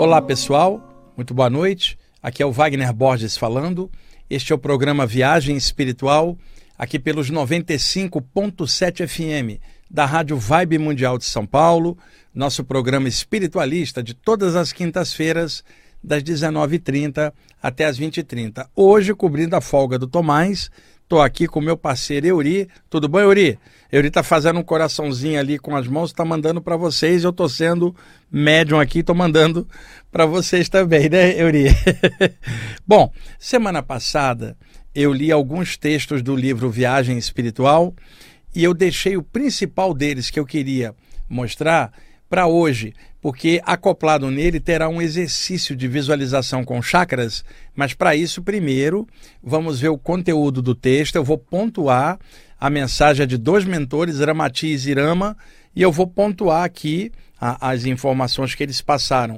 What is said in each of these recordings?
Olá pessoal, muito boa noite, aqui é o Wagner Borges falando, este é o programa Viagem Espiritual, aqui pelos 95.7 FM da Rádio Vibe Mundial de São Paulo, nosso programa espiritualista de todas as quintas-feiras, das 19h30 até as 20h30. Hoje, cobrindo a folga do Tomás, estou aqui com meu parceiro Euri. Tudo bom, Euri? Euri está fazendo um coraçãozinho ali com as mãos, está mandando para vocês. Eu estou sendo médium aqui, estou mandando para vocês também, né, Euri? Bom, semana passada eu li alguns textos do livro Viagem Espiritual e eu deixei o principal deles que eu queria mostrar para hoje, porque acoplado nele terá um exercício de visualização com chakras, mas para isso primeiro vamos ver o conteúdo do texto. Eu vou pontuar a mensagem de dois mentores, Ramatiz e Rama, e eu vou pontuar aqui as informações que eles passaram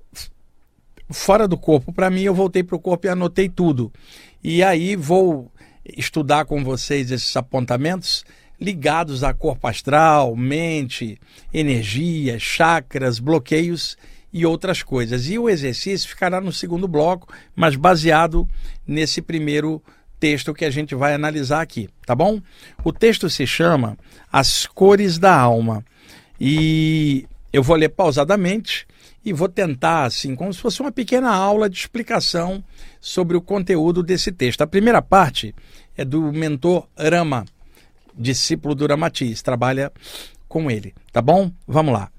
fora do corpo. Para mim, eu voltei para o corpo e anotei tudo. E aí vou estudar com vocês esses apontamentos ligados a corpo astral, mente, energia, chakras, bloqueios e outras coisas. E o exercício ficará no segundo bloco, mas baseado nesse primeiro texto que a gente vai analisar aqui, tá bom? O texto se chama As Cores da Alma. E eu vou ler pausadamente e vou tentar, assim, como se fosse uma pequena aula de explicação sobre o conteúdo desse texto. A primeira parte é do mentor Rama, discípulo do Ramatiz, trabalha com ele, tá bom? Vamos lá.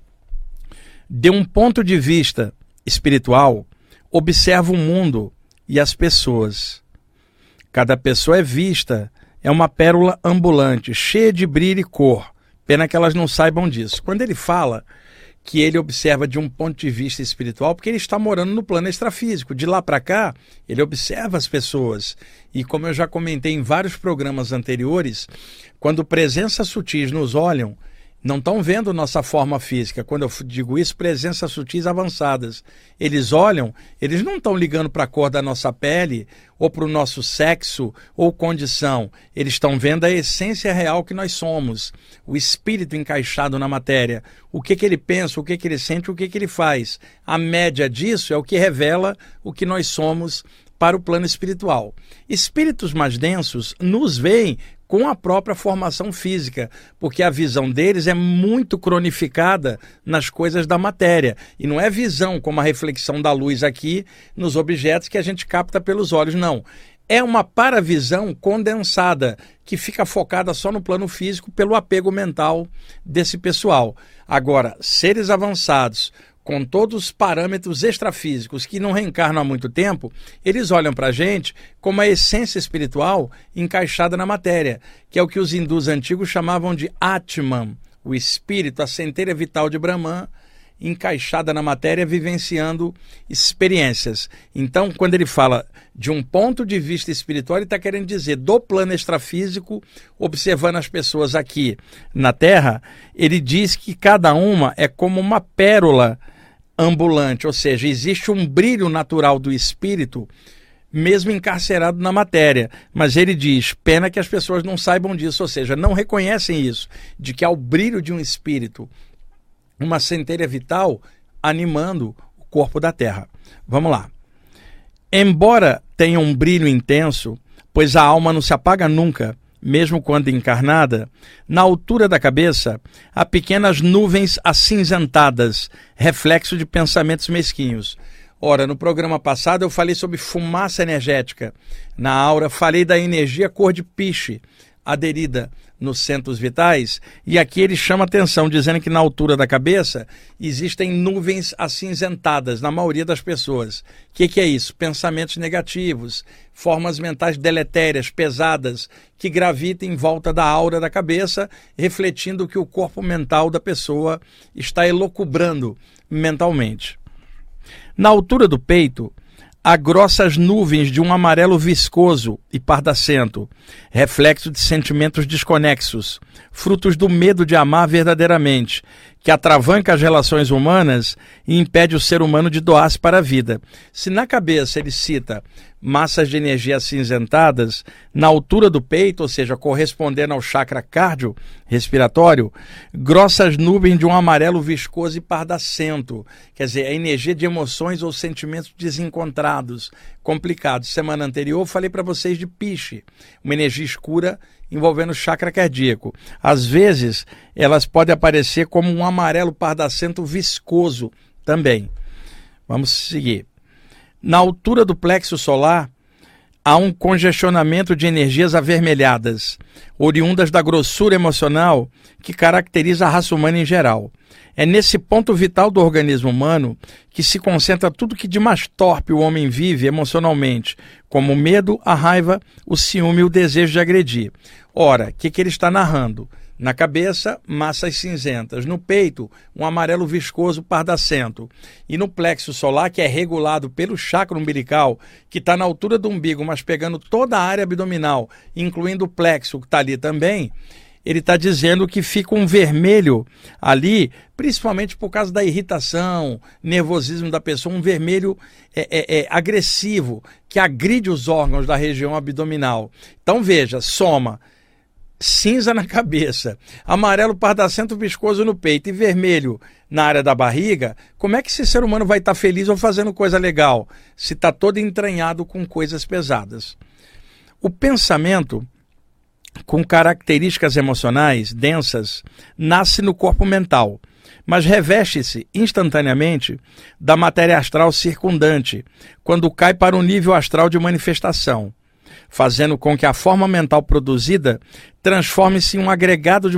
De um ponto de vista espiritual, observa o mundo e as pessoas. Cada pessoa é vista, é uma pérola ambulante, cheia de brilho e cor. Pena que elas não saibam disso. Quando ele fala que ele observa de um ponto de vista espiritual, porque ele está morando no plano extrafísico. De lá para cá, ele observa as pessoas. E como eu já comentei em vários programas anteriores, quando presenças sutis nos olham, não estão vendo nossa forma física. Quando eu digo isso, presenças sutis avançadas. Eles olham, eles não estão ligando para a cor da nossa pele, ou para o nosso sexo, ou condição. Eles estão vendo a essência real que nós somos. O espírito encaixado na matéria. O que ele pensa, o que ele sente, o que ele faz. A média disso é o que revela o que nós somos para o plano espiritual. Espíritos mais densos nos veem com a própria formação física, porque a visão deles é muito cronificada nas coisas da matéria. E não é visão como a reflexão da luz aqui nos objetos que a gente capta pelos olhos, não. É uma paravisão condensada, que fica focada só no plano físico pelo apego mental desse pessoal. Agora, seres avançados, com todos os parâmetros extrafísicos que não reencarnam há muito tempo, eles olham para a gente como a essência espiritual encaixada na matéria, que é o que os hindus antigos chamavam de Atman, o espírito, a centelha vital de Brahman, encaixada na matéria, vivenciando experiências. Então, quando ele fala de um ponto de vista espiritual, ele está querendo dizer do plano extrafísico, observando as pessoas aqui na Terra, ele diz que cada uma é como uma pérola ambulante, ou seja, existe um brilho natural do espírito, mesmo encarcerado na matéria. Mas ele diz, pena que as pessoas não saibam disso, ou seja, não reconhecem isso, de que há o brilho de um espírito, uma centelha vital animando o corpo da Terra. Vamos lá. Embora tenha um brilho intenso, pois a alma não se apaga nunca, mesmo quando encarnada, na altura da cabeça há pequenas nuvens acinzentadas, reflexo de pensamentos mesquinhos. Ora, no programa passado eu falei sobre fumaça energética. Na aura falei da energia cor de piche, aderida nos centros vitais, e aqui ele chama atenção, dizendo que na altura da cabeça existem nuvens acinzentadas na maioria das pessoas. O que é isso? Pensamentos negativos, formas mentais deletérias, pesadas, que gravitam em volta da aura da cabeça, refletindo o que o corpo mental da pessoa está elucubrando mentalmente. Na altura do peito, há grossas nuvens de um amarelo viscoso e pardacento, reflexo de sentimentos desconexos, frutos do medo de amar verdadeiramente, que atravanca as relações humanas e impede o ser humano de doar-se para a vida. Se na cabeça ele cita massas de energia acinzentadas na altura do peito, ou seja, correspondendo ao chakra cardio-respiratório, grossas nuvens de um amarelo viscoso e pardacento, quer dizer, a energia de emoções ou sentimentos desencontrados, complicados. Semana anterior eu falei para vocês de piche, uma energia escura envolvendo o chakra cardíaco. Às vezes, elas podem aparecer como um amarelo pardacento viscoso também. Vamos seguir. Na altura do plexo solar, há um congestionamento de energias avermelhadas, oriundas da grossura emocional que caracteriza a raça humana em geral. É nesse ponto vital do organismo humano que se concentra tudo que de mais torpe o homem vive emocionalmente, como o medo, a raiva, o ciúme e o desejo de agredir. Ora, o que ele está narrando? Na cabeça, massas cinzentas. No peito, um amarelo viscoso pardacento. E no plexo solar, que é regulado pelo chakra umbilical, que está na altura do umbigo, mas pegando toda a área abdominal, incluindo o plexo, que está ali também, ele está dizendo que fica um vermelho ali, principalmente por causa da irritação, nervosismo da pessoa, um vermelho agressivo, que agride os órgãos da região abdominal. Então veja, soma cinza na cabeça, amarelo pardacento viscoso no peito e vermelho na área da barriga. Como é que esse ser humano vai estar feliz ou fazendo coisa legal se está todo entranhado com coisas pesadas? O pensamento com características emocionais densas nasce no corpo mental, mas reveste-se instantaneamente da matéria astral circundante quando cai para um nível astral de manifestação, fazendo com que a forma mental produzida transforme-se em um agregado de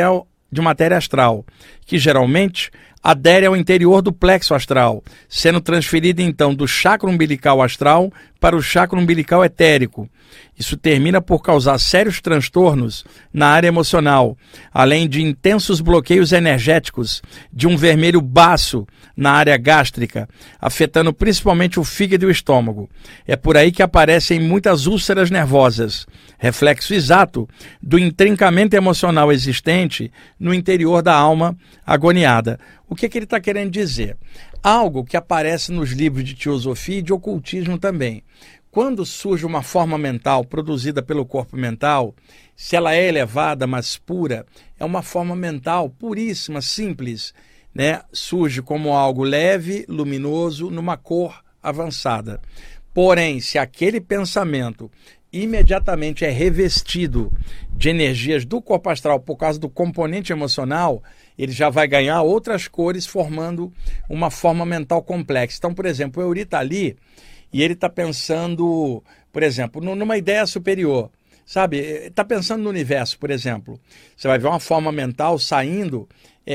matéria astral, que geralmente adere ao interior do plexo astral, sendo transferida então do chakra umbilical astral para o chakra umbilical etérico. Isso termina por causar sérios transtornos na área emocional, além de intensos bloqueios energéticos de um vermelho baço na área gástrica, afetando principalmente o fígado e o estômago. É por aí que aparecem muitas úlceras nervosas, reflexo exato do intrincamento emocional existente no interior da alma agoniada. O que ele está querendo dizer? Algo que aparece nos livros de teosofia e de ocultismo também. Quando surge uma forma mental produzida pelo corpo mental, se ela é elevada, mas pura, é uma forma mental puríssima, simples, né? Surge como algo leve, luminoso, numa cor avançada. Porém, se aquele pensamento imediatamente é revestido de energias do corpo astral por causa do componente emocional, ele já vai ganhar outras cores, formando uma forma mental complexa. Então, por exemplo, o Euri está ali e ele está pensando, por exemplo, numa ideia superior, sabe? Está pensando no universo, por exemplo. Você vai ver uma forma mental saindo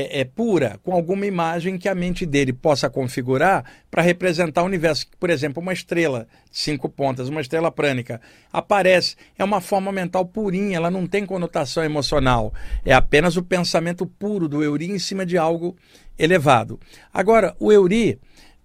pura, com alguma imagem que a mente dele possa configurar para representar o universo. Por exemplo, uma estrela de 5 pontas, uma estrela prânica, aparece. É uma forma mental purinha, ela não tem conotação emocional. É apenas o pensamento puro do Euri em cima de algo elevado. Agora, o Euri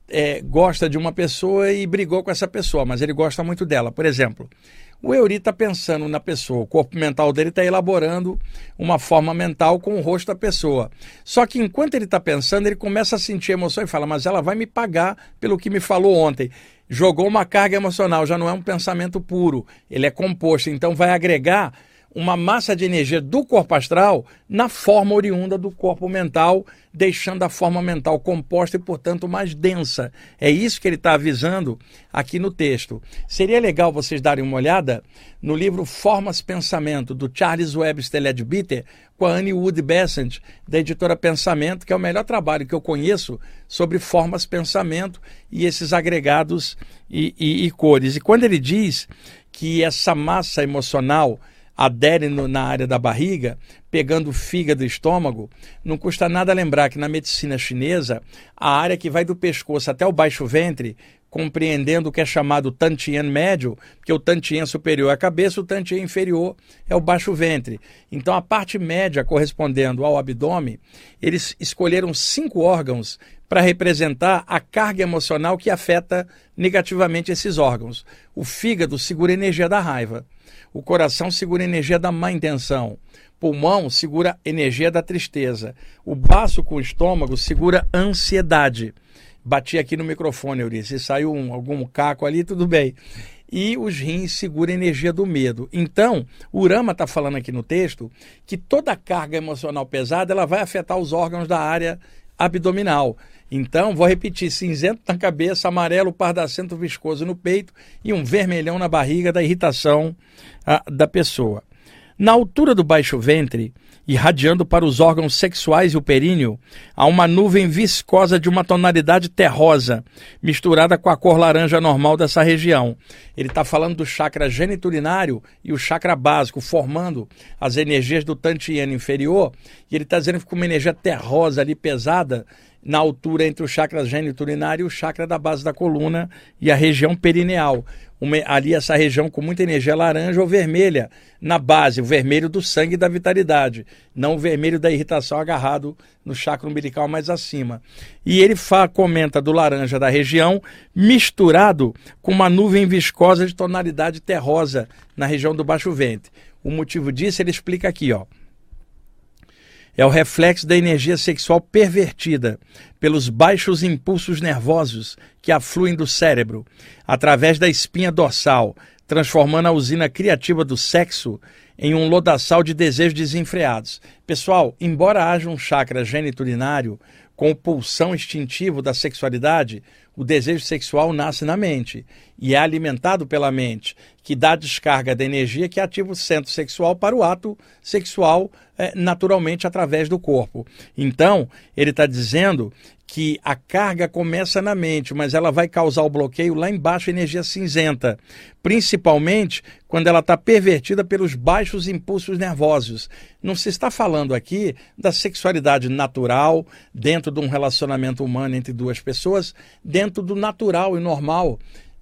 gosta de uma pessoa e brigou com essa pessoa, mas ele gosta muito dela. Por exemplo, o Euri está pensando na pessoa, o corpo mental dele está elaborando uma forma mental com o rosto da pessoa. Só que enquanto ele está pensando, ele começa a sentir emoção e fala, mas ela vai me pagar pelo que me falou ontem. Jogou uma carga emocional, já não é um pensamento puro, ele é composto, então vai agregar uma massa de energia do corpo astral na forma oriunda do corpo mental, deixando a forma mental composta e, portanto, mais densa. É isso que ele está avisando aqui no texto. Seria legal vocês darem uma olhada no livro Formas Pensamento, do Charles Webster Leadbeater, com a Annie Wood Besant, da editora Pensamento, que é o melhor trabalho que eu conheço sobre formas pensamento e esses agregados e cores. E quando ele diz que essa massa emocional adere na área da barriga, pegando o fígado e estômago, não custa nada lembrar que na medicina chinesa, a área que vai do pescoço até o baixo ventre, compreendendo o que é chamado Tantien médio, porque o Tantien superior é a cabeça, o Tantien inferior é o baixo ventre. Então a parte média correspondendo ao abdômen, eles escolheram 5 órgãos para representar a carga emocional que afeta negativamente esses órgãos. O fígado segura a energia da raiva. O coração segura a energia da má intenção. pulmão segura a energia da tristeza. O baço com o estômago segura a ansiedade. Bati aqui no microfone, Eurice. Se saiu algum caco ali, tudo bem. E os rins seguram a energia do medo. Então, o Rama está falando aqui no texto que toda carga emocional pesada ela vai afetar os órgãos da área abdominal. Então, vou repetir, cinzento na cabeça, amarelo pardacento viscoso no peito e um vermelhão na barriga da irritação da pessoa. Na altura do baixo ventre, irradiando para os órgãos sexuais e o períneo, há uma nuvem viscosa de uma tonalidade terrosa, misturada com a cor laranja normal dessa região. Ele está falando do chakra geniturinário e o chakra básico, formando as energias do Tantiana inferior, e ele está dizendo que fica uma energia terrosa ali, pesada, na altura entre o chakra geniturinário e o chakra da base da coluna e a região perineal. Ali essa região com muita energia laranja ou vermelha na base, o vermelho do sangue e da vitalidade, não o vermelho da irritação agarrado no chakra umbilical mais acima. E ele comenta do laranja da região misturado com uma nuvem viscosa de tonalidade terrosa na região do baixo ventre. O motivo disso ele explica aqui, ó. É o reflexo da energia sexual pervertida pelos baixos impulsos nervosos que afluem do cérebro através da espinha dorsal, transformando a usina criativa do sexo em um lodaçal de desejos desenfreados. Pessoal, embora haja um chakra geniturinário com o pulsão instintivo da sexualidade, o desejo sexual nasce na mente e é alimentado pela mente, que dá descarga da energia que ativa o centro sexual para o ato sexual naturalmente através do corpo. Então, ele está dizendo que a carga começa na mente, mas ela vai causar o bloqueio lá embaixo, energia cinzenta, principalmente quando ela está pervertida pelos baixos impulsos nervosos. Não se está falando aqui da sexualidade natural dentro de um relacionamento humano entre duas pessoas, dentro do natural e normal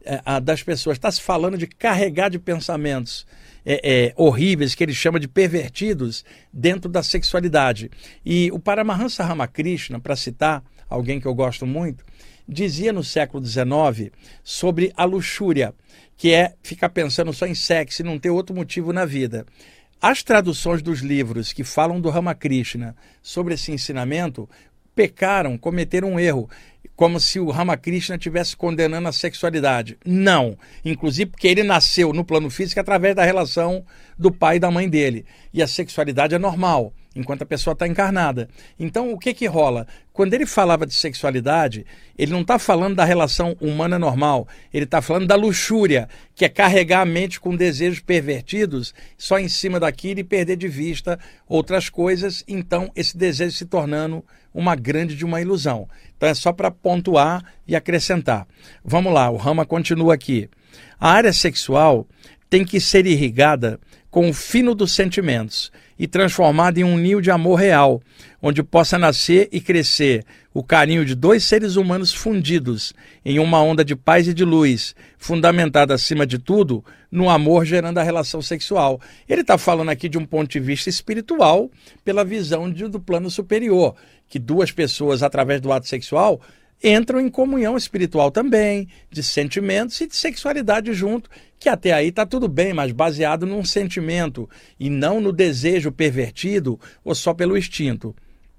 das pessoas. Está se falando de carregar de pensamentos horríveis, que ele chama de pervertidos, dentro da sexualidade. E o Paramahansa Ramakrishna, para citar alguém que eu gosto muito, dizia no século XIX sobre a luxúria, que é ficar pensando só em sexo e não ter outro motivo na vida. As traduções dos livros que falam do Ramakrishna sobre esse ensinamento cometeram um erro, como se o Ramakrishna estivesse condenando a sexualidade. Não, inclusive porque ele nasceu no plano físico através da relação do pai e da mãe dele. E a sexualidade é normal, enquanto a pessoa está encarnada. Então, o que rola? Quando ele falava de sexualidade, ele não está falando da relação humana normal, ele está falando da luxúria, que é carregar a mente com desejos pervertidos só em cima daquilo e perder de vista outras coisas, então esse desejo se tornando uma grande de uma ilusão. Então é só para pontuar e acrescentar. Vamos lá, o Rama continua aqui. A área sexual tem que ser irrigada com o fino dos sentimentos e transformada em um ninho de amor real, onde possa nascer e crescer o carinho de dois seres humanos fundidos em uma onda de paz e de luz, fundamentada acima de tudo no amor gerando a relação sexual. Ele está falando aqui de um ponto de vista espiritual, pela visão do plano superior, que duas pessoas, através do ato sexual, entram em comunhão espiritual também, de sentimentos e de sexualidade junto, que até aí está tudo bem, mas baseado num sentimento e não no desejo pervertido ou só pelo instinto.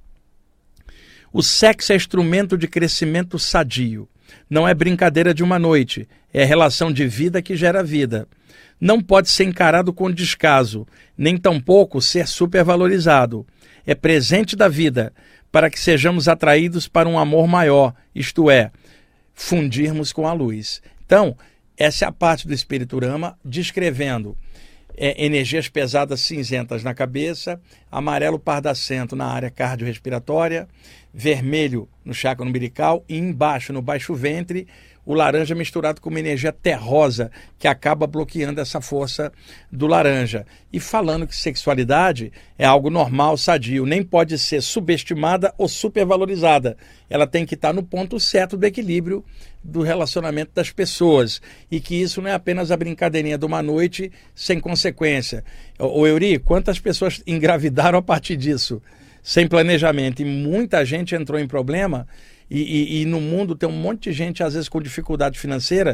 O sexo é instrumento de crescimento sadio. Não é brincadeira de uma noite, é relação de vida que gera vida. Não pode ser encarado com descaso, nem tampouco ser supervalorizado. É presente da vida, para que sejamos atraídos para um amor maior, isto é, fundirmos com a luz. Então, essa é a parte do Espírito Rama descrevendo energias pesadas cinzentas na cabeça, amarelo pardacento na área cardiorrespiratória, vermelho no chakra umbilical e embaixo, no baixo ventre, o laranja misturado com uma energia terrosa que acaba bloqueando essa força do laranja. E falando que sexualidade é algo normal, sadio, nem pode ser subestimada ou supervalorizada. Ela tem que estar no ponto certo do equilíbrio do relacionamento das pessoas. E que isso não é apenas a brincadeirinha de uma noite sem consequência. Ô Euri, quantas pessoas engravidaram a partir disso? Sem planejamento. E muita gente entrou em problema. E no mundo tem um monte de gente, às vezes, com dificuldade financeira,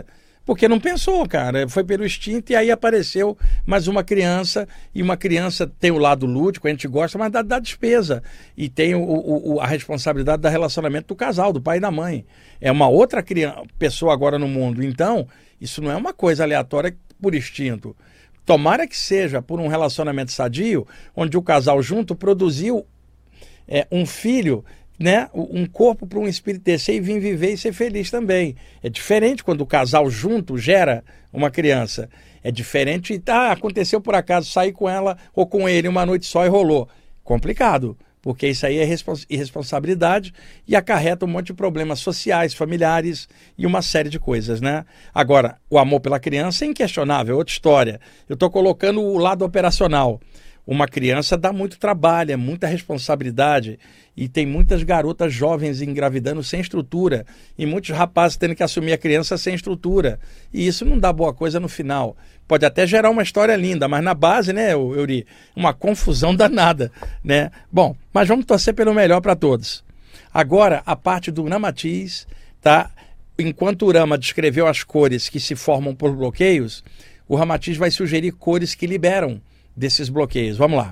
Porque não pensou, cara, foi pelo instinto e aí apareceu mais uma criança, e uma criança tem o lado lúdico, a gente gosta, mas dá despesa, e tem a responsabilidade do relacionamento do casal, do pai e da mãe. É uma outra pessoa agora no mundo, então isso não é uma coisa aleatória por instinto. Tomara que seja por um relacionamento sadio, onde o casal junto produziu um filho, né, um corpo para um espírito descer e vir viver e ser feliz também. É diferente quando o casal junto gera uma criança. É diferente, aconteceu por acaso, sair com ela ou com ele uma noite só e rolou. Complicado, porque isso aí é irresponsabilidade e acarreta um monte de problemas sociais, familiares e uma série de coisas, né? Agora, o amor pela criança é inquestionável, é outra história. Eu estou colocando o lado operacional. Uma criança dá muito trabalho, é muita responsabilidade, e tem muitas garotas jovens engravidando sem estrutura e muitos rapazes tendo que assumir a criança sem estrutura. E isso não dá boa coisa no final. Pode até gerar uma história linda, mas na base, né, Euri, uma confusão danada, né? Bom, mas vamos torcer pelo melhor para todos. Agora, a parte do Ramatiz, tá? Enquanto o Rama descreveu as cores que se formam por bloqueios, o Ramatiz vai sugerir cores que liberam desses bloqueios. Vamos lá.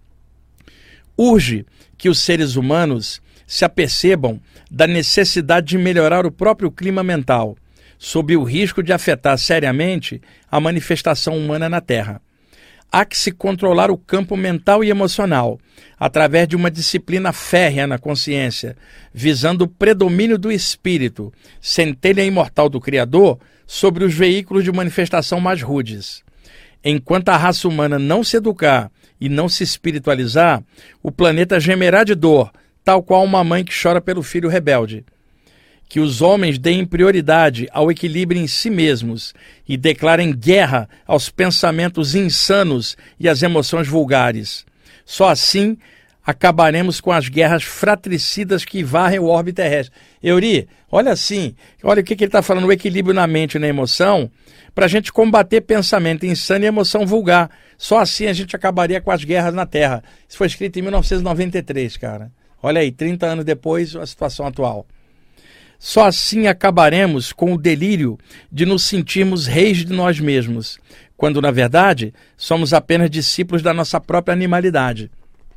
Urge que os seres humanos se apercebam da necessidade de melhorar o próprio clima mental, sob o risco de afetar seriamente a manifestação humana na Terra. Há que se controlar o campo mental e emocional, através de uma disciplina férrea na consciência, visando o predomínio do espírito, centelha imortal do Criador, sobre os veículos de manifestação mais rudes. Enquanto a raça humana não se educar e não se espiritualizar, o planeta gemerá de dor, tal qual uma mãe que chora pelo filho rebelde. Que os homens deem prioridade ao equilíbrio em si mesmos e declarem guerra aos pensamentos insanos e às emoções vulgares. Só assim acabaremos com as guerras fratricidas que varrem o orbe terrestre. Euri, olha assim, olha o que ele está falando, o equilíbrio na mente e na emoção, para a gente combater pensamento insano e emoção vulgar. Só assim a gente acabaria com as guerras na Terra. Isso foi escrito em 1993, cara. Olha aí, 30 anos depois, a situação atual. Só assim acabaremos com o delírio de nos sentirmos reis de nós mesmos, quando, na verdade, somos apenas discípulos da nossa própria animalidade.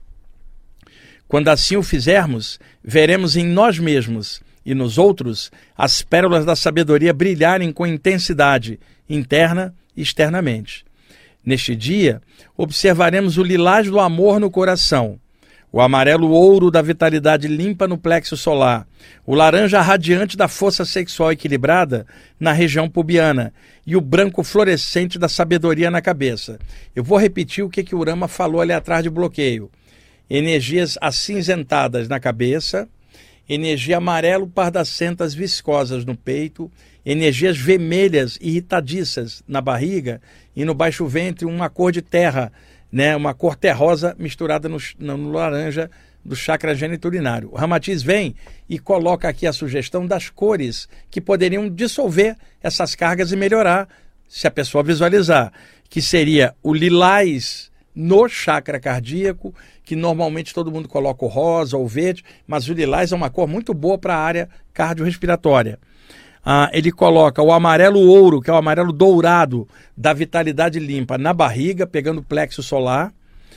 Quando assim o fizermos, veremos em nós mesmos e nos outros as pérolas da sabedoria brilharem com intensidade, interna e externamente. Neste dia, observaremos o lilás do amor no coração, o amarelo ouro da vitalidade limpa no plexo solar, o laranja radiante da força sexual equilibrada na região pubiana e o branco florescente da sabedoria na cabeça. Eu vou repetir o que o Rama falou ali atrás de bloqueio. Energias acinzentadas na cabeça, energia amarelo pardacentas viscosas no peito, energias vermelhas irritadiças na barriga e no baixo ventre uma cor de terra, né, uma cor terrosa misturada no laranja do chakra geniturinário. O Ramatiz vem e coloca aqui a sugestão das cores que poderiam dissolver essas cargas e melhorar, se a pessoa visualizar, que seria o lilás no chakra cardíaco, que normalmente todo mundo coloca o rosa ou o verde, mas o lilás é uma cor muito boa para a área cardiorrespiratória. Ele coloca o amarelo ouro, que é o amarelo dourado da vitalidade limpa na barriga, pegando o plexo solar.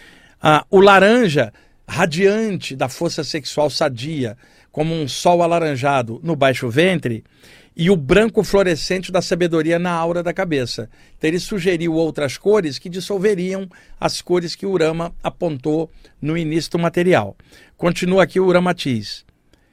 O laranja radiante da força sexual sadia, como um sol alaranjado no baixo ventre. E o branco fluorescente da sabedoria na aura da cabeça. Então ele sugeriu outras cores que dissolveriam as cores que o Rama apontou no início do material. Continua aqui o Ramatiz.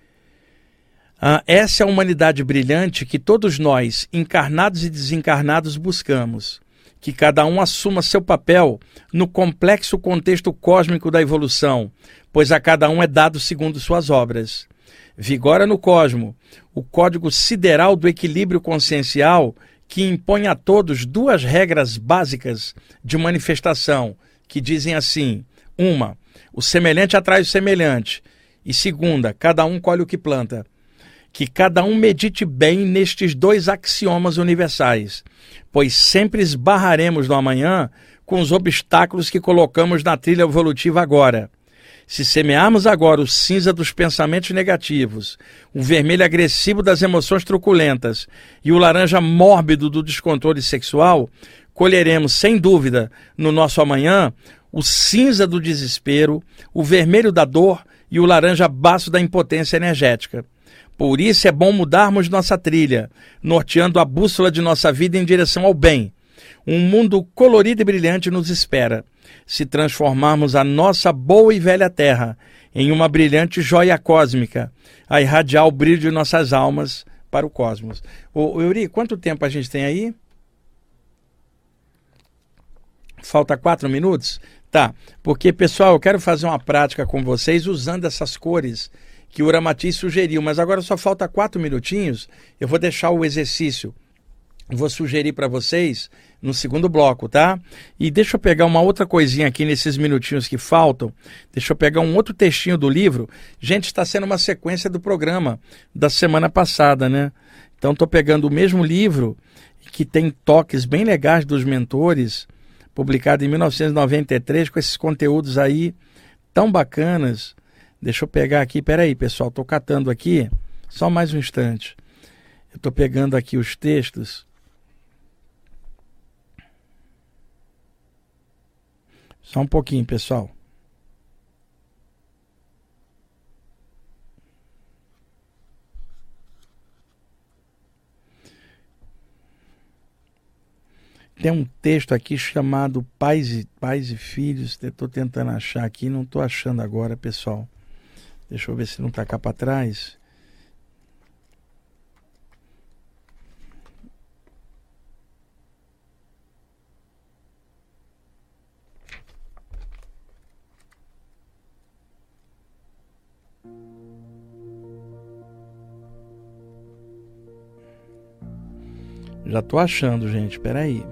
Essa é a humanidade brilhante que todos nós, encarnados e desencarnados, buscamos. Que cada um assuma seu papel no complexo contexto cósmico da evolução, pois a cada um é dado segundo suas obras. Vigora no cosmo o código sideral do equilíbrio consciencial que impõe a todos duas regras básicas de manifestação, que dizem assim: uma, o semelhante atrai o semelhante, e segunda, cada um colhe o que planta. Que cada um medite bem nestes dois axiomas universais, pois sempre esbarraremos no amanhã com os obstáculos que colocamos na trilha evolutiva agora. Se semearmos agora o cinza dos pensamentos negativos, o vermelho agressivo das emoções truculentas e o laranja mórbido do descontrole sexual, colheremos, sem dúvida, no nosso amanhã, o cinza do desespero, o vermelho da dor e o laranja baço da impotência energética. Por isso é bom mudarmos nossa trilha, norteando a bússola de nossa vida em direção ao bem. Um mundo colorido e brilhante nos espera, se transformarmos a nossa boa e velha terra em uma brilhante joia cósmica, a irradiar o brilho de nossas almas para o cosmos. Ô Euri, quanto tempo a gente tem aí? Falta 4 minutos? Tá, porque, pessoal, eu quero fazer uma prática com vocês usando essas cores que o Uramatiz sugeriu, mas agora só falta 4 minutinhos, eu vou deixar o exercício. Vou sugerir para vocês no segundo bloco, tá? E deixa eu pegar uma outra coisinha aqui nesses minutinhos que faltam. Deixa eu pegar um outro textinho do livro. Gente, está sendo uma sequência do programa da semana passada, né? Então, estou pegando o mesmo livro que tem toques bem legais dos mentores, publicado em 1993, com esses conteúdos aí tão bacanas. Deixa eu pegar aqui, peraí, pessoal, estou catando aqui, só mais um instante. Eu estou pegando aqui os textos. Só um pouquinho, pessoal. Tem um texto aqui chamado Pais e Filhos. Estou tentando achar aqui, não estou achando agora, pessoal. Deixa eu ver se não está cá para trás. Já estou achando, gente. Espera aí.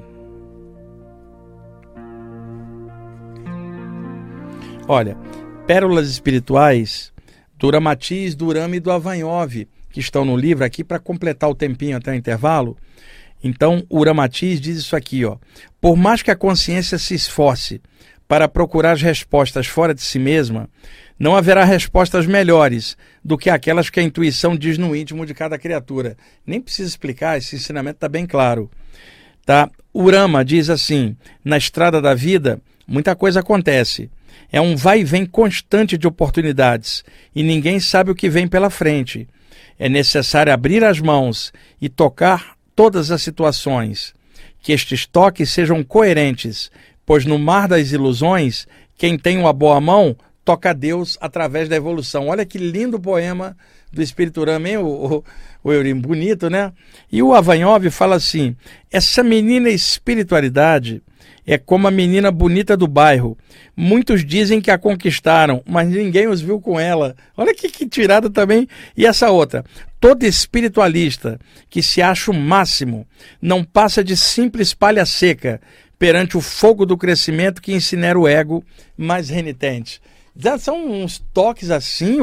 Olha, pérolas espirituais do Uramatiz, do Urama e do Avanhov, que estão no livro aqui para completar o tempinho até o intervalo. Então, o Uramatiz diz isso aqui, ó. Por mais que a consciência se esforce para procurar as respostas fora de si mesma, não haverá respostas melhores do que aquelas que a intuição diz no íntimo de cada criatura. Nem precisa explicar, esse ensinamento está bem claro. Tá? Urama diz assim, na estrada da vida, muita coisa acontece. É um vai e vem constante de oportunidades e ninguém sabe o que vem pela frente. É necessário abrir as mãos e tocar todas as situações. Que estes toques sejam coerentes, pois no mar das ilusões, quem tem uma boa mão toca a Deus através da evolução. Olha que lindo poema do Espírito Urama, hein? O Eurim, bonito, né? E o Avanhov fala assim, essa menina espiritualidade é como a menina bonita do bairro. Muitos dizem que a conquistaram, mas ninguém os viu com ela. Olha que tirada também. E essa outra, todo espiritualista que se acha o máximo não passa de simples palha seca perante o fogo do crescimento que incinera o ego mais renitente. Já são uns toques assim,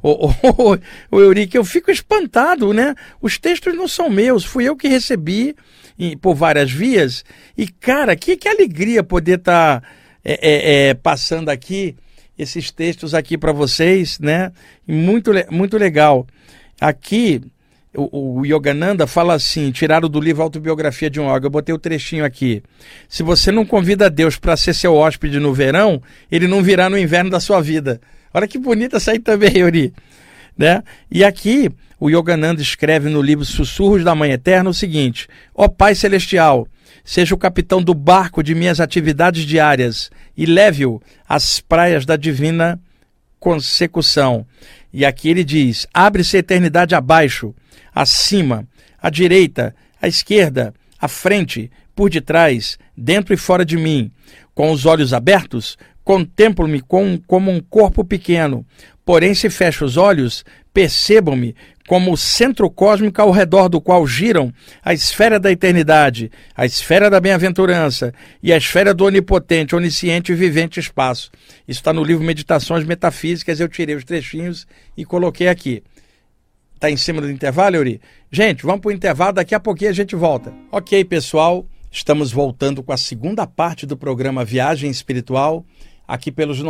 o Eurico, eu fico espantado, né? Os textos não são meus, fui eu que recebi por várias vias. E, cara, que alegria poder estar passando aqui esses textos aqui para vocês, né? Muito legal. Aqui, o Yogananda fala assim, tirado do livro Autobiografia de um Yoga, eu botei o trechinho aqui. Se você não convida Deus para ser seu hóspede no verão, ele não virá no inverno da sua vida. Olha que bonita essa aí também, Yuri. Né? E aqui, o Yogananda escreve no livro Sussurros da Mãe Eterna o seguinte, ó Pai Celestial, seja o capitão do barco de minhas atividades diárias e leve-o às praias da divina consecução. E aqui ele diz, abre-se a eternidade abaixo, acima, à direita, à esquerda, à frente, por detrás, dentro e fora de mim. Com os olhos abertos, contemplo-me como um corpo pequeno. Porém, se fecho os olhos, percebam-me como o centro cósmico ao redor do qual giram a esfera da eternidade, a esfera da bem-aventurança e a esfera do onipotente, onisciente e vivente espaço. Isso está no livro Meditações Metafísicas, eu tirei os trechinhos e coloquei aqui. Está em cima do intervalo, Yuri? Gente, vamos para o intervalo, daqui a pouquinho a gente volta. Ok, pessoal, estamos voltando com a segunda parte do programa Viagem Espiritual, aqui pelos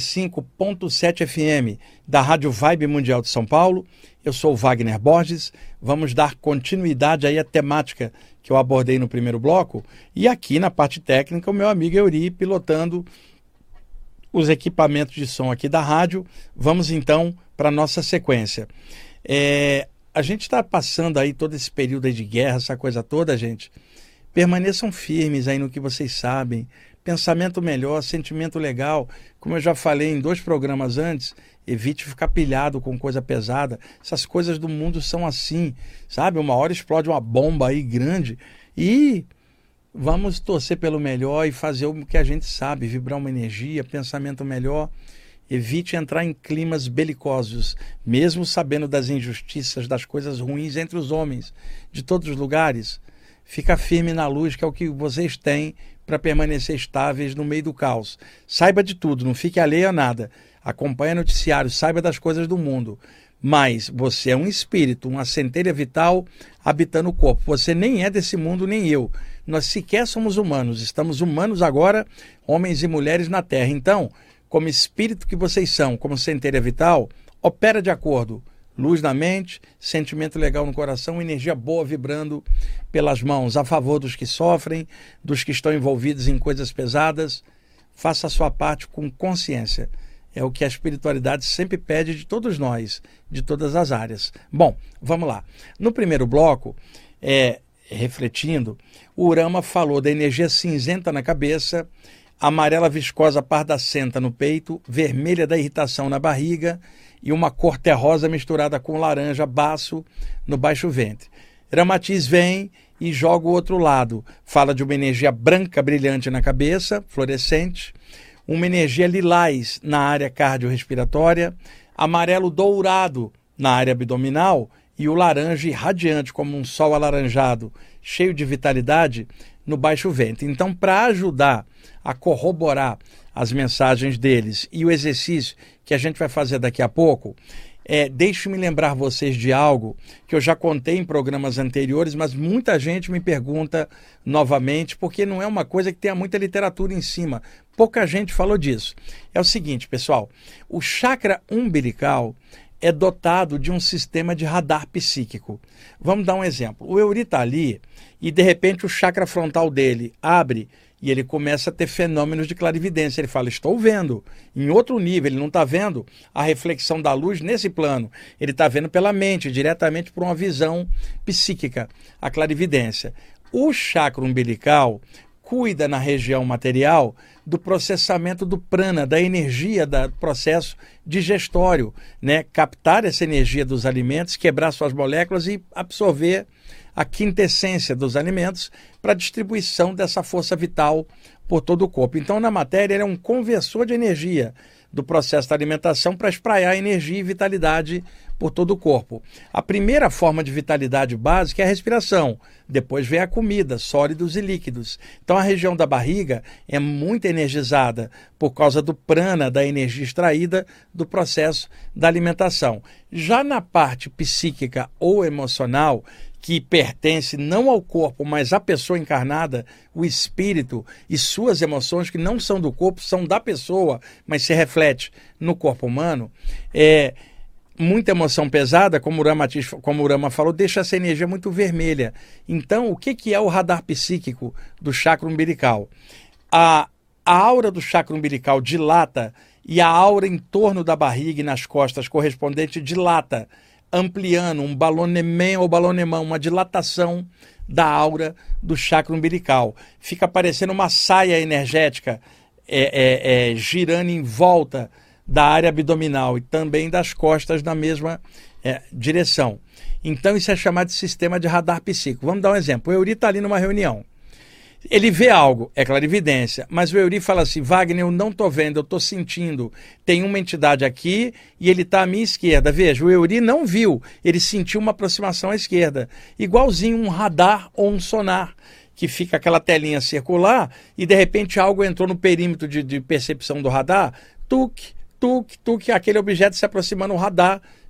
95.7 FM da Rádio Vibe Mundial de São Paulo. Eu sou o Wagner Borges. Vamos dar continuidade aí à temática que eu abordei no primeiro bloco. E aqui na parte técnica, o meu amigo Euri pilotando os equipamentos de som aqui da rádio. Vamos então para a nossa sequência. A gente está passando aí todo esse período aí de guerra, essa coisa toda, gente. Permaneçam firmes aí no que vocês sabem. Pensamento melhor, sentimento legal. Como eu já falei em 2 programas antes, evite ficar pilhado com coisa pesada. Essas coisas do mundo são assim, sabe? Uma hora explode uma bomba aí grande e vamos torcer pelo melhor e fazer o que a gente sabe, vibrar uma energia, pensamento melhor. Evite entrar em climas belicosos, mesmo sabendo das injustiças, das coisas ruins entre os homens, de todos os lugares. Fica firme na luz, que é o que vocês têm para permanecer estáveis no meio do caos. Saiba de tudo, não fique alheio a nada. Acompanhe noticiários, saiba das coisas do mundo. Mas você é um espírito, uma centelha vital habitando o corpo. Você nem é desse mundo, nem eu. Nós sequer somos humanos. Estamos humanos agora, homens e mulheres na Terra. Então, como espírito que vocês são, como centelha vital, opera de acordo. Luz na mente, sentimento legal no coração, energia boa vibrando pelas mãos, a favor dos que sofrem, dos que estão envolvidos em coisas pesadas. Faça a sua parte com consciência. É o que a espiritualidade sempre pede de todos nós, de todas as áreas. Bom, vamos lá. No primeiro bloco, refletindo, o Urama falou da energia cinzenta na cabeça, amarela viscosa pardacenta no peito, vermelha da irritação na barriga e uma cor terrosa misturada com laranja baço no baixo ventre. Ramatiz vem e joga o outro lado. Fala de uma energia branca brilhante na cabeça, fluorescente, uma energia lilás na área cardiorrespiratória, amarelo dourado na área abdominal e o laranja irradiante como um sol alaranjado, cheio de vitalidade, no baixo ventre. Então, para ajudar a corroborar as mensagens deles e o exercício que a gente vai fazer daqui a pouco, deixe-me lembrar vocês de algo que eu já contei em programas anteriores, mas muita gente me pergunta novamente, porque não é uma coisa que tenha muita literatura em cima. Pouca gente falou disso. É o seguinte, pessoal, o chakra umbilical é dotado de um sistema de radar psíquico. Vamos dar um exemplo. O Euri está ali e, de repente, o chakra frontal dele abre e ele começa a ter fenômenos de clarividência. Ele fala, estou vendo. Em outro nível, ele não está vendo a reflexão da luz nesse plano. Ele está vendo pela mente, diretamente por uma visão psíquica, a clarividência. O chakra umbilical cuida na região material do processamento do prana, da energia do processo digestório, né? Captar essa energia dos alimentos, quebrar suas moléculas e absorver a quintessência dos alimentos para a distribuição dessa força vital por todo o corpo. Então, na matéria, ele é um conversor de energia do processo da alimentação para espraiar energia e vitalidade por todo o corpo. A primeira forma de vitalidade básica é a respiração. Depois vem a comida, sólidos e líquidos. Então a região da barriga é muito energizada por causa do prana, da energia extraída do processo da alimentação. Já na parte psíquica ou emocional, que pertence não ao corpo, mas à pessoa encarnada, o espírito e suas emoções, que não são do corpo, são da pessoa, mas se reflete no corpo humano, muita emoção pesada, como o Rama falou, deixa essa energia muito vermelha. Então, o que é o radar psíquico do chakra umbilical? A aura do chakra umbilical dilata e a aura em torno da barriga e nas costas correspondente dilata, ampliando um ballonnement ou ballonnement, uma dilatação da aura do chakra umbilical. Fica parecendo uma saia energética girando em volta da área abdominal e também das costas na mesma direção. Então isso é chamado de sistema de radar psíquico. Vamos dar um exemplo. O Euri está ali numa reunião. Ele vê algo, é clarividência, mas o Euri fala assim, Wagner, eu não estou vendo, eu estou sentindo. Tem uma entidade aqui e ele está à minha esquerda. Veja, o Euri não viu, ele sentiu uma aproximação à esquerda. Igualzinho um radar ou um sonar, que fica aquela telinha circular e de repente algo entrou no perímetro de percepção do radar, tuque, tuque, tuque, aquele objeto se aproximando no radar,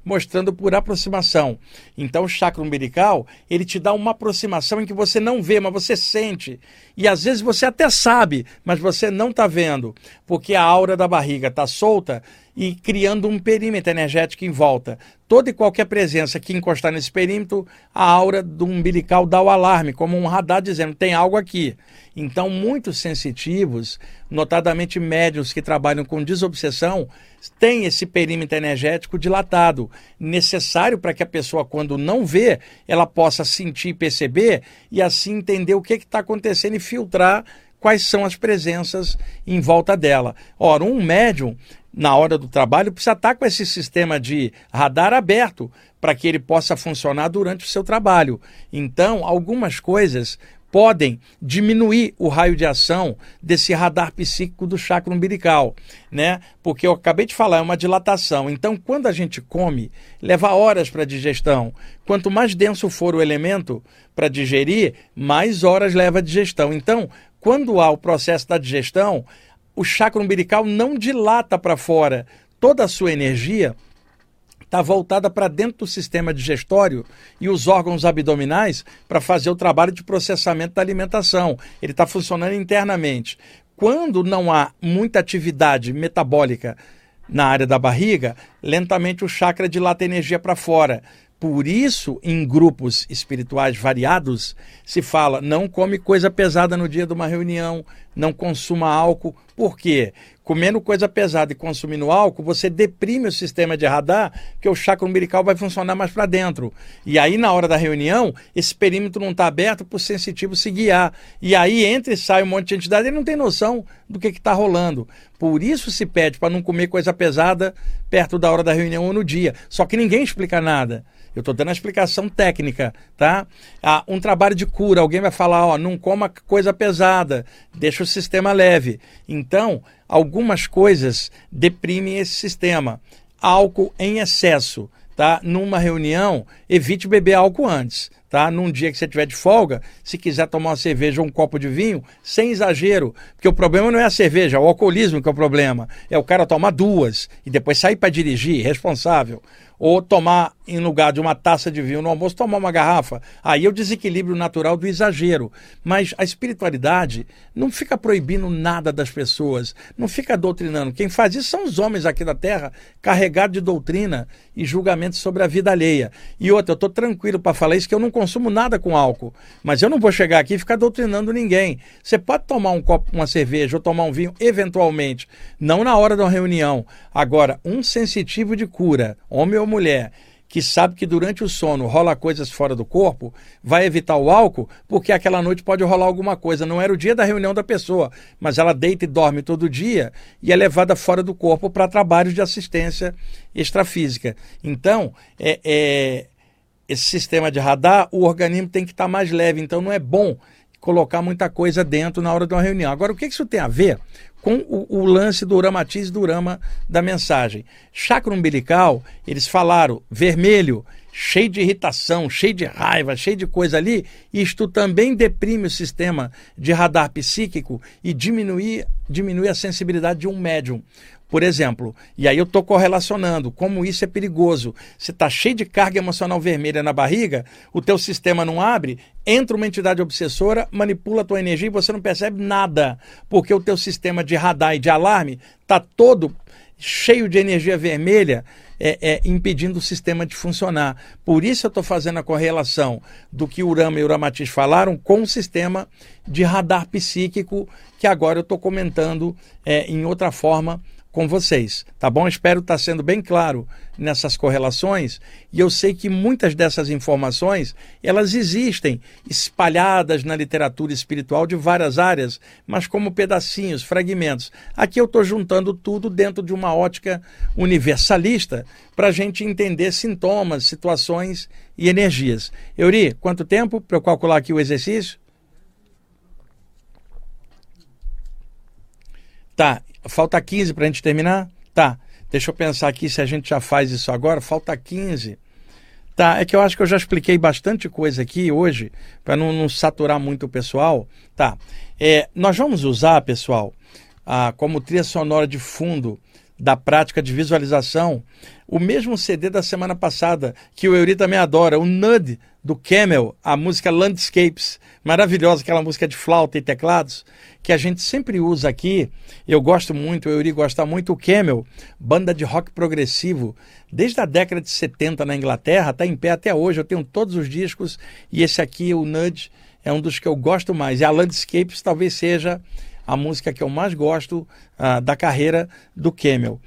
mostrando por aproximação. Então o chakra umbilical, ele te dá uma aproximação em que você não vê, mas você sente. E às vezes você até sabe, mas você não está vendo, porque a aura da barriga está solta e criando um perímetro energético em volta. Toda e qualquer presença que encostar nesse perímetro, a aura do umbilical dá o alarme, como um radar dizendo, tem algo aqui. Então, muitos sensitivos, notadamente médiuns que trabalham com desobsessão, têm esse perímetro energético dilatado, necessário para que a pessoa, quando não vê, ela possa sentir e perceber, e assim entender o que está acontecendo e filtrar quais são as presenças em volta dela. Ora, um médium, na hora do trabalho, precisa estar com esse sistema de radar aberto para que ele possa funcionar durante o seu trabalho. Então, algumas coisas podem diminuir o raio de ação desse radar psíquico do chakra umbilical, né? Porque eu acabei de falar, é uma dilatação. Então, quando a gente come, leva horas para a digestão. Quanto mais denso for o elemento para digerir, mais horas leva a digestão. Então, quando há o processo da digestão, o chakra umbilical não dilata para fora. Toda a sua energia está voltada para dentro do sistema digestório e os órgãos abdominais para fazer o trabalho de processamento da alimentação. Ele está funcionando internamente. Quando não há muita atividade metabólica na área da barriga, lentamente o chakra dilata energia para fora. Por isso, em grupos espirituais variados, se fala, não come coisa pesada no dia de uma reunião, não consuma álcool. Por quê? Comendo coisa pesada e consumindo álcool, você deprime o sistema de radar, porque o chakra umbilical vai funcionar mais para dentro. E aí, na hora da reunião, esse perímetro não está aberto para o sensitivo se guiar. E aí entra e sai um monte de entidade, ele não tem noção do que está rolando. Por isso se pede para não comer coisa pesada perto da hora da reunião ou no dia. Só que ninguém explica nada. Eu estou dando a explicação técnica, tá? Um trabalho de cura, alguém vai falar, ó, não coma coisa pesada, deixa o sistema leve. Então, algumas coisas deprimem esse sistema. Álcool em excesso, tá? Numa reunião, evite beber álcool antes, tá? Num dia que você tiver de folga, se quiser tomar uma cerveja ou um copo de vinho, sem exagero, porque o problema não é a cerveja, é o alcoolismo que é o problema. É o cara tomar duas e depois sair para dirigir, responsável. Ou tomar, em lugar de uma taça de vinho no almoço, tomar uma garrafa. Aí é o desequilíbrio natural do exagero. Mas a espiritualidade não fica proibindo nada das pessoas, não fica doutrinando. Quem faz isso são os homens aqui da Terra, carregados de doutrina e julgamentos sobre a vida alheia. E outra, eu estou tranquilo para falar isso, que eu não consumo nada com álcool. Mas eu não vou chegar aqui e ficar doutrinando ninguém. Você pode tomar um copo, uma cerveja ou tomar um vinho, eventualmente, não na hora de uma reunião. Agora, um sensitivo de cura, homem ou mulher, que sabe que durante o sono rola coisas fora do corpo, vai evitar o álcool, porque aquela noite pode rolar alguma coisa. Não era o dia da reunião da pessoa, mas ela deita e dorme todo dia e é levada fora do corpo para trabalhos de assistência extrafísica. Então, esse sistema de radar, o organismo tem que estar mais leve, então não é bom colocar muita coisa dentro na hora de uma reunião. Agora, o que isso tem a ver com o lance do Uramatiz e do Urama da mensagem? Chakra umbilical, eles falaram, vermelho, cheio de irritação, cheio de raiva, cheio de coisa ali, isto também deprime o sistema de radar psíquico e diminui a sensibilidade de um médium. Por exemplo, e aí eu estou correlacionando como isso é perigoso. Você está cheio de carga emocional vermelha na barriga, o teu sistema não abre, entra uma entidade obsessora, manipula a tua energia e você não percebe nada, porque o teu sistema de radar e de alarme está todo cheio de energia vermelha, impedindo o sistema de funcionar. Por isso eu estou fazendo a correlação do que Urama e Uramatiz falaram com o sistema de radar psíquico, que agora eu estou comentando em outra forma com vocês, tá bom? Espero estar sendo bem claro nessas correlações, e eu sei que muitas dessas informações, elas existem espalhadas na literatura espiritual de várias áreas, mas como pedacinhos, fragmentos. Aqui eu estou juntando tudo dentro de uma ótica universalista para a gente entender sintomas, situações e energias. Euri, quanto tempo para eu calcular aqui o exercício? Tá, falta 15 para a gente terminar? Tá, deixa eu pensar aqui se a gente já faz isso agora. Falta 15. Tá, é que eu acho que eu já expliquei bastante coisa aqui hoje, para não saturar muito o pessoal. Tá, nós vamos usar, pessoal, como trilha sonora de fundo da prática de visualização, o mesmo CD da semana passada, que o Eury também adora, o Nud, do Camel, a música Landscapes, maravilhosa, aquela música de flauta e teclados, que a gente sempre usa aqui. Eu gosto muito, o Eury gosta muito. O Camel, banda de rock progressivo, desde a década de 70 na Inglaterra, está em pé até hoje, eu tenho todos os discos, e esse aqui, o Nud, é um dos que eu gosto mais. E a Landscapes talvez seja a música que eu mais gosto da carreira do Camel.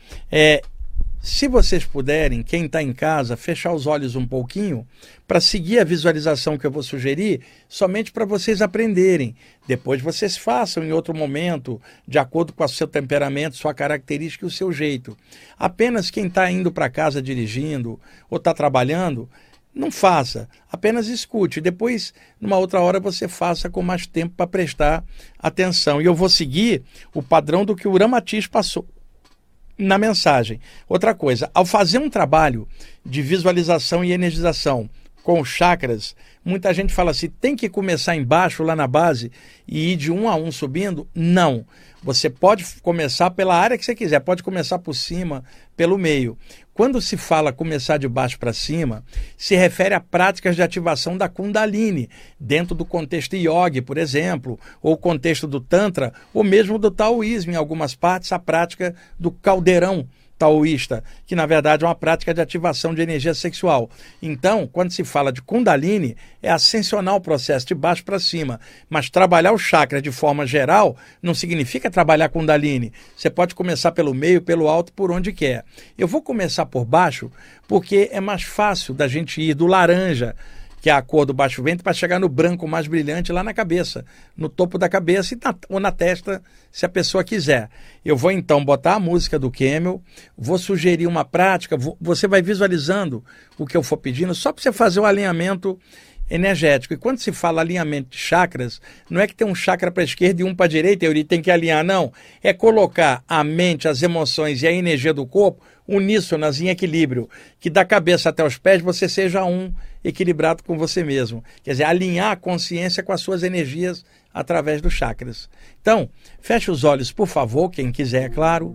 Se vocês puderem, quem está em casa, fechar os olhos um pouquinho para seguir a visualização que eu vou sugerir, somente para vocês aprenderem. Depois vocês façam em outro momento, de acordo com o seu temperamento, sua característica e o seu jeito. Apenas quem está indo para casa dirigindo ou está trabalhando, não faça, apenas escute. Depois, numa outra hora, você faça com mais tempo para prestar atenção. E eu vou seguir o padrão do que o Ramatiz passou na mensagem. Outra coisa, ao fazer um trabalho de visualização e energização com chakras, muita gente fala assim, tem que começar embaixo, lá na base, e ir de um a um subindo? Não. Você pode começar pela área que você quiser, pode começar por cima, pelo meio. Quando se fala começar de baixo para cima, se refere a práticas de ativação da Kundalini, dentro do contexto Yogi, por exemplo, ou contexto do Tantra, ou mesmo do Taoísmo, em algumas partes, a prática do caldeirão taoísta, que na verdade é uma prática de ativação de energia sexual. Então, quando se fala de Kundalini, é ascensionar o processo de baixo para cima. Mas trabalhar o chakra de forma geral não significa trabalhar Kundalini. Você pode começar pelo meio, pelo alto, por onde quer. Eu vou começar por baixo porque é mais fácil da gente ir do laranja, que é a cor do baixo ventre, para chegar no branco mais brilhante lá na cabeça, no topo da cabeça ou na testa, se a pessoa quiser. Eu vou então botar a música do Camel, vou sugerir uma prática, você vai visualizando o que eu for pedindo, só para você fazer o alinhamento energético. E quando se fala alinhamento de chakras, não é que tem um chakra para a esquerda e um para a direita, e tem que alinhar, não. É colocar a mente, as emoções e a energia do corpo uníssonas, em equilíbrio, que da cabeça até os pés você seja um equilibrado com você mesmo. Quer dizer, alinhar a consciência com as suas energias através dos chakras. Então, feche os olhos, por favor, quem quiser, é claro.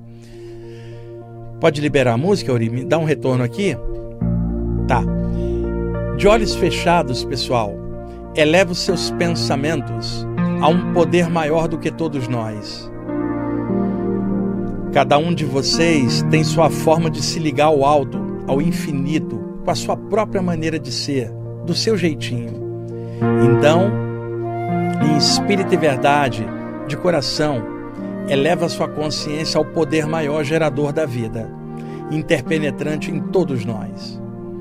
Pode liberar a música, Eury? Me dá um retorno aqui? Tá. De olhos fechados, pessoal, eleva os seus pensamentos a um poder maior do que todos nós. Cada um de vocês tem sua forma de se ligar ao alto, ao infinito, com a sua própria maneira de ser, do seu jeitinho. Então, em espírito e verdade, de coração, eleva sua consciência ao poder maior gerador da vida, interpenetrante em todos nós.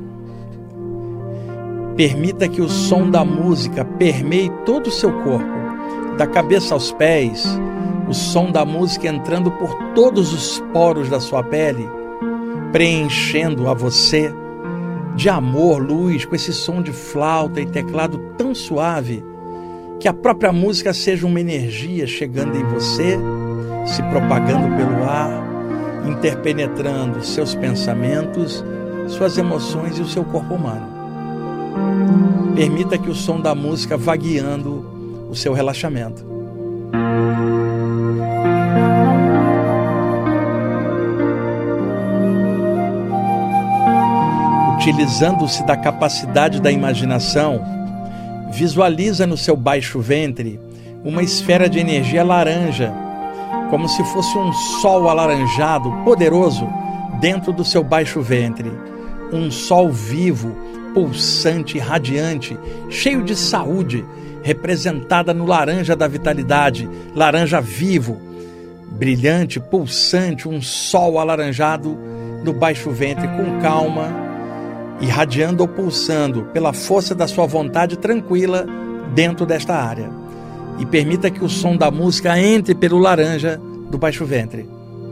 Permita que o som da música permeie todo o seu corpo, da cabeça aos pés, o som da música entrando por todos os poros da sua pele, preenchendo a você de amor, luz, com esse som de flauta e teclado tão suave, que a própria música seja uma energia chegando em você, se propagando pelo ar, interpenetrando seus pensamentos, suas emoções e o seu corpo humano. Permita que o som da música vá guiando o seu relaxamento. Utilizando-se da capacidade da imaginação, visualiza no seu baixo ventre uma esfera de energia laranja, como se fosse um sol alaranjado, poderoso, dentro do seu baixo ventre. Um sol vivo, pulsante, radiante, cheio de saúde, representada no laranja da vitalidade, laranja vivo, brilhante, pulsante, um sol alaranjado no baixo ventre, com calma, irradiando ou pulsando pela força da sua vontade tranquila dentro desta área. E permita que o som da música entre pelo laranja do baixo ventre.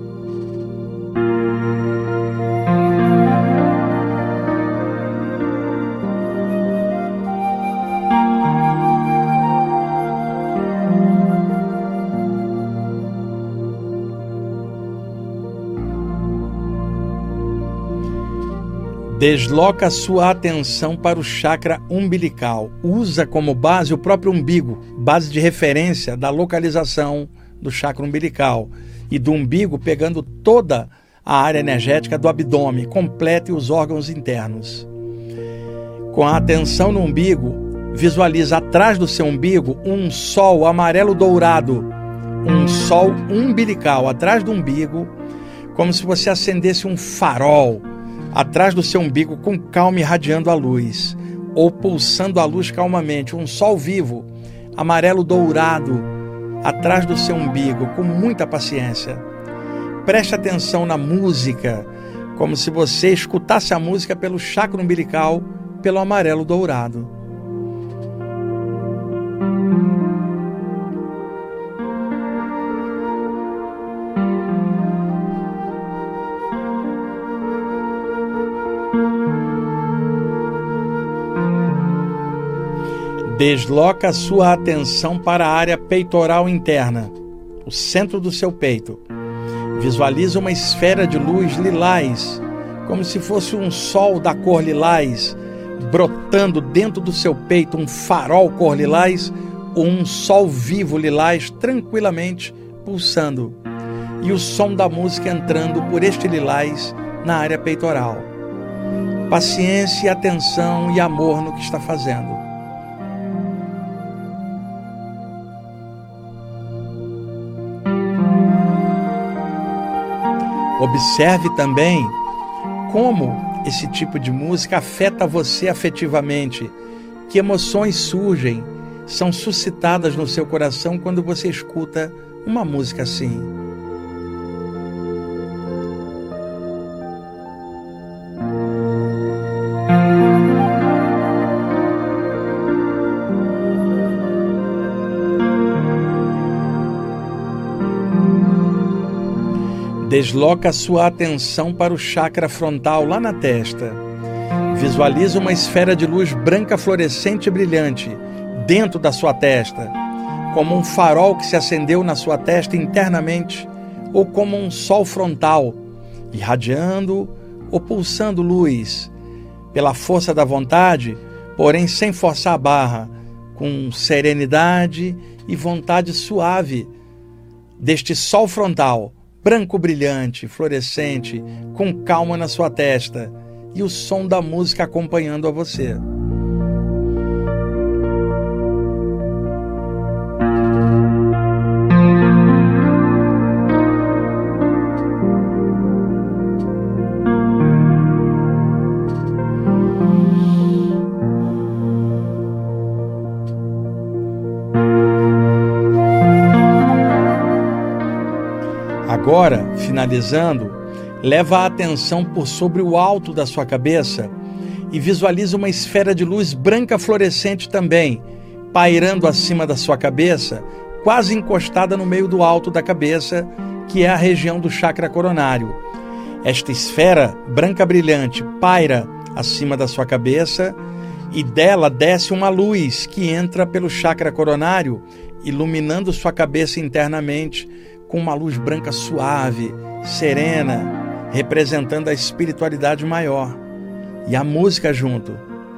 Desloca sua atenção para o chakra umbilical. Usa como base o próprio umbigo, base de referência da localização do chakra umbilical. E do umbigo pegando toda a área energética do abdômen completa e os órgãos internos. Com a atenção no umbigo, visualiza atrás do seu umbigo um sol amarelo dourado, um sol umbilical atrás do umbigo, como se você acendesse um farol atrás do seu umbigo com calma irradiando a luz, ou pulsando a luz calmamente, um sol vivo, amarelo dourado, atrás do seu umbigo, com muita paciência. Preste atenção na música, como se você escutasse a música pelo chakra umbilical, pelo amarelo dourado. Desloca a sua atenção para a área peitoral interna, o centro do seu peito. Visualiza uma esfera de luz lilás, como se fosse um sol da cor lilás, brotando dentro do seu peito, um farol cor lilás ou um sol vivo lilás tranquilamente pulsando. E o som da música entrando por este lilás na área peitoral. Paciência, atenção e amor no que está fazendo. Observe também como esse tipo de música afeta você afetivamente, que emoções surgem, são suscitadas no seu coração quando você escuta uma música assim. Desloca a sua atenção para o chakra frontal lá na testa. Visualiza uma esfera de luz branca fluorescente e brilhante dentro da sua testa, como um farol que se acendeu na sua testa internamente, ou como um sol frontal, irradiando ou pulsando luz, pela força da vontade, porém sem forçar a barra, com serenidade e vontade suave deste sol frontal, branco brilhante, fluorescente, com calma na sua testa, e o som da música acompanhando a você. Agora, finalizando, leva a atenção por sobre o alto da sua cabeça e visualiza uma esfera de luz branca fluorescente também, pairando acima da sua cabeça, quase encostada no meio do alto da cabeça, que é a região do chakra coronário. Esta esfera branca brilhante paira acima da sua cabeça e dela desce uma luz que entra pelo chakra coronário, iluminando sua cabeça internamente, com uma luz branca suave, serena, representando a espiritualidade maior. E a música junto.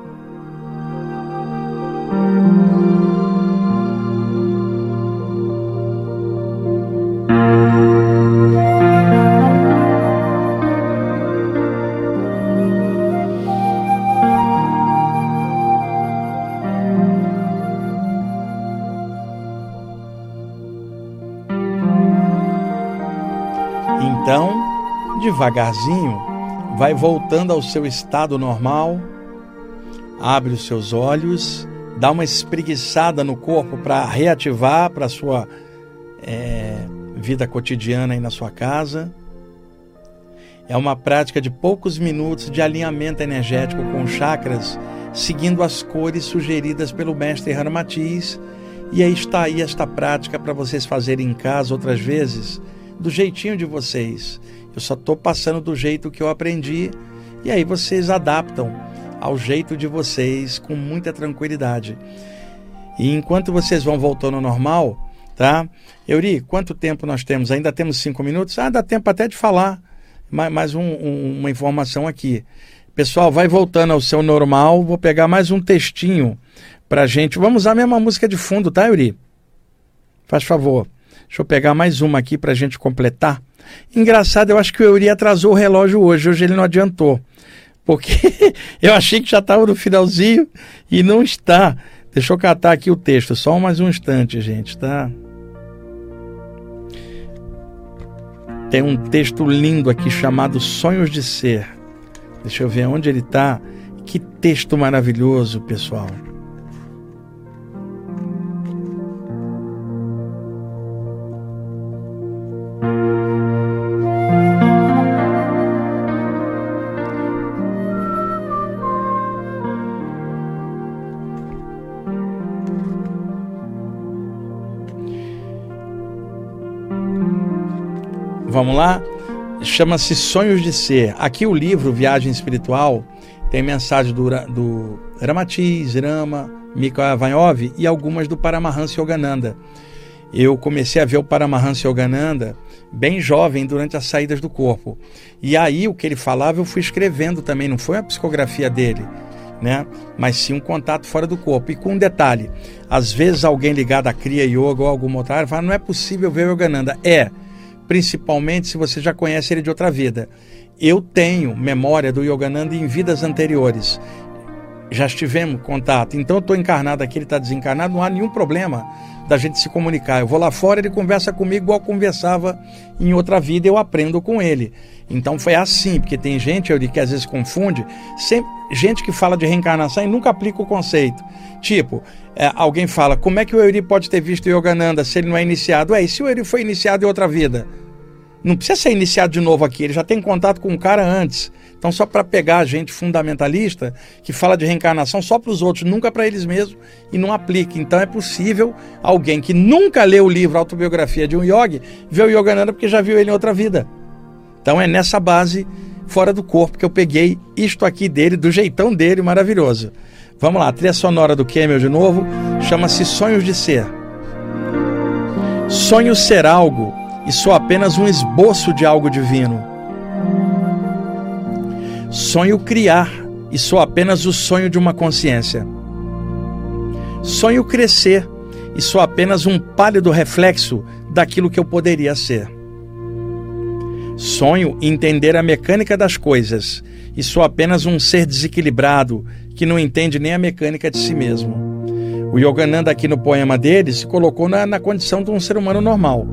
Então, devagarzinho, vai voltando ao seu estado normal, abre os seus olhos, dá uma espreguiçada no corpo para reativar para a sua vida cotidiana aí na sua casa. É uma prática de poucos minutos de alinhamento energético com os chakras, seguindo as cores sugeridas pelo mestre Ramatiz. E aí está aí esta prática para vocês fazerem em casa outras vezes, do jeitinho de vocês. Eu só estou passando do jeito que eu aprendi e aí vocês adaptam ao jeito de vocês com muita tranquilidade. E enquanto vocês vão voltando ao normal, tá? Euri, quanto tempo nós temos? Ainda temos 5 minutos? Dá tempo até de falar mais uma informação aqui. Pessoal, vai voltando ao seu normal, vou pegar mais um textinho pra gente. Vamos usar a mesma música de fundo, tá, Euri? Faz favor. Deixa eu pegar mais uma aqui para a gente completar. Engraçado, eu acho que o Euri atrasou o relógio hoje ele não adiantou. Porque eu achei que já estava no finalzinho e não está. Deixa eu catar aqui o texto, só mais um instante, gente, tá? Tem um texto lindo aqui chamado Sonhos de Ser. Deixa eu ver onde ele está. Que texto maravilhoso, pessoal. Vamos lá? Chama-se Sonhos de Ser. Aqui o livro Viagem Espiritual tem mensagens do Ramatiz, Rama, Mikołaj Avanyov e algumas do Paramahansa Yogananda. Eu comecei a ver o Paramahansa Yogananda bem jovem durante as saídas do corpo. E aí o que ele falava eu fui escrevendo também, não foi a psicografia dele, né? Mas sim um contato fora do corpo. E com um detalhe, às vezes alguém ligado a Kriya Yoga ou alguma outra área fala, não é possível ver o Yogananda. Principalmente se você já conhece ele de outra vida. Eu tenho memória do Yogananda em vidas anteriores. Já estivemos em contato. Então eu estou encarnado aqui, ele está desencarnado, não há nenhum problema da gente se comunicar. Eu vou lá fora, ele conversa comigo igual conversava em outra vida, eu aprendo com ele. Então foi assim, porque tem gente, Euri, que às vezes confunde, gente que fala de reencarnação e nunca aplica o conceito. Tipo, alguém fala, como é que o Euri pode ter visto o Yogananda se ele não é iniciado? E se o Euri foi iniciado em outra vida? Não precisa ser iniciado de novo aqui, ele já tem contato com o cara antes. Então só para pegar a gente fundamentalista que fala de reencarnação só para os outros, nunca para eles mesmos e não aplica. Então é possível alguém que nunca leu o livro Autobiografia de um Yogi ver o Yogananda porque já viu ele em outra vida. Então é nessa base, fora do corpo, que eu peguei isto aqui dele, do jeitão dele, maravilhoso. Vamos lá, trilha sonora do Camel de novo, chama-se Sonhos de Ser. Sonho ser algo e sou apenas um esboço de algo divino. Sonho criar e sou apenas o sonho de uma consciência. Sonho crescer e sou apenas um pálido reflexo daquilo que eu poderia ser. Sonho entender a mecânica das coisas e sou apenas um ser desequilibrado que não entende nem a mecânica de si mesmo. O Yogananda aqui no poema dele se colocou na condição de um ser humano normal.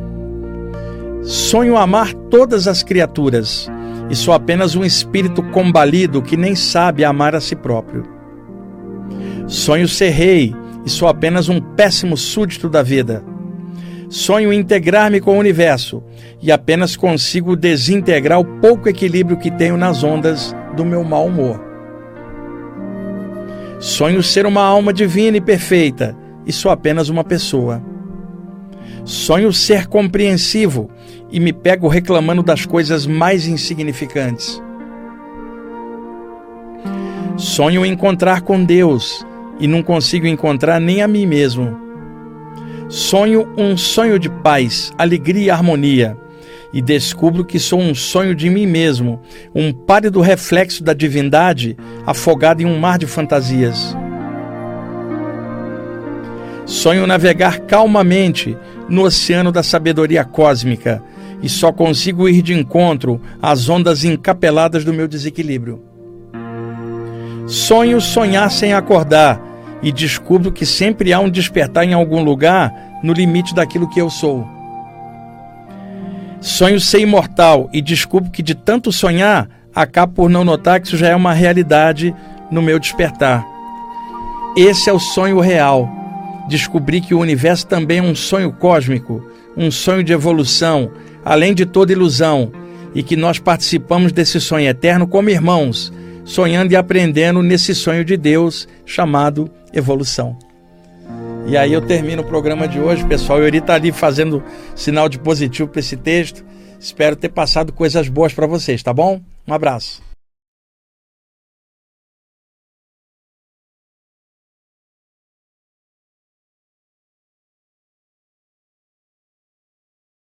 Sonho amar todas as criaturas e sou apenas um espírito combalido que nem sabe amar a si próprio. Sonho ser rei e sou apenas um péssimo súdito da vida. Sonho integrar-me com o universo e apenas consigo desintegrar o pouco equilíbrio que tenho nas ondas do meu mau humor. Sonho ser uma alma divina e perfeita e sou apenas uma pessoa. Sonho ser compreensivo e me pego reclamando das coisas mais insignificantes. Sonho encontrar com Deus e não consigo encontrar nem a mim mesmo. Sonho um sonho de paz, alegria e harmonia e descubro que sou um sonho de mim mesmo, um pálido reflexo da divindade afogado em um mar de fantasias. Sonho navegar calmamente no oceano da sabedoria cósmica e só consigo ir de encontro às ondas encapeladas do meu desequilíbrio. Sonho sonhar sem acordar e descubro que sempre há um despertar em algum lugar no limite daquilo que eu sou. Sonho ser imortal e descubro que de tanto sonhar, acabo por não notar que isso já é uma realidade no meu despertar. Esse é o sonho real. Descobri que o universo também é um sonho cósmico, um sonho de evolução, além de toda ilusão, e que nós participamos desse sonho eterno como irmãos, sonhando e aprendendo nesse sonho de Deus chamado evolução. E aí eu termino o programa de hoje, pessoal. O Euri está ali fazendo sinal de positivo para esse texto. Espero ter passado coisas boas para vocês, tá bom? Um abraço.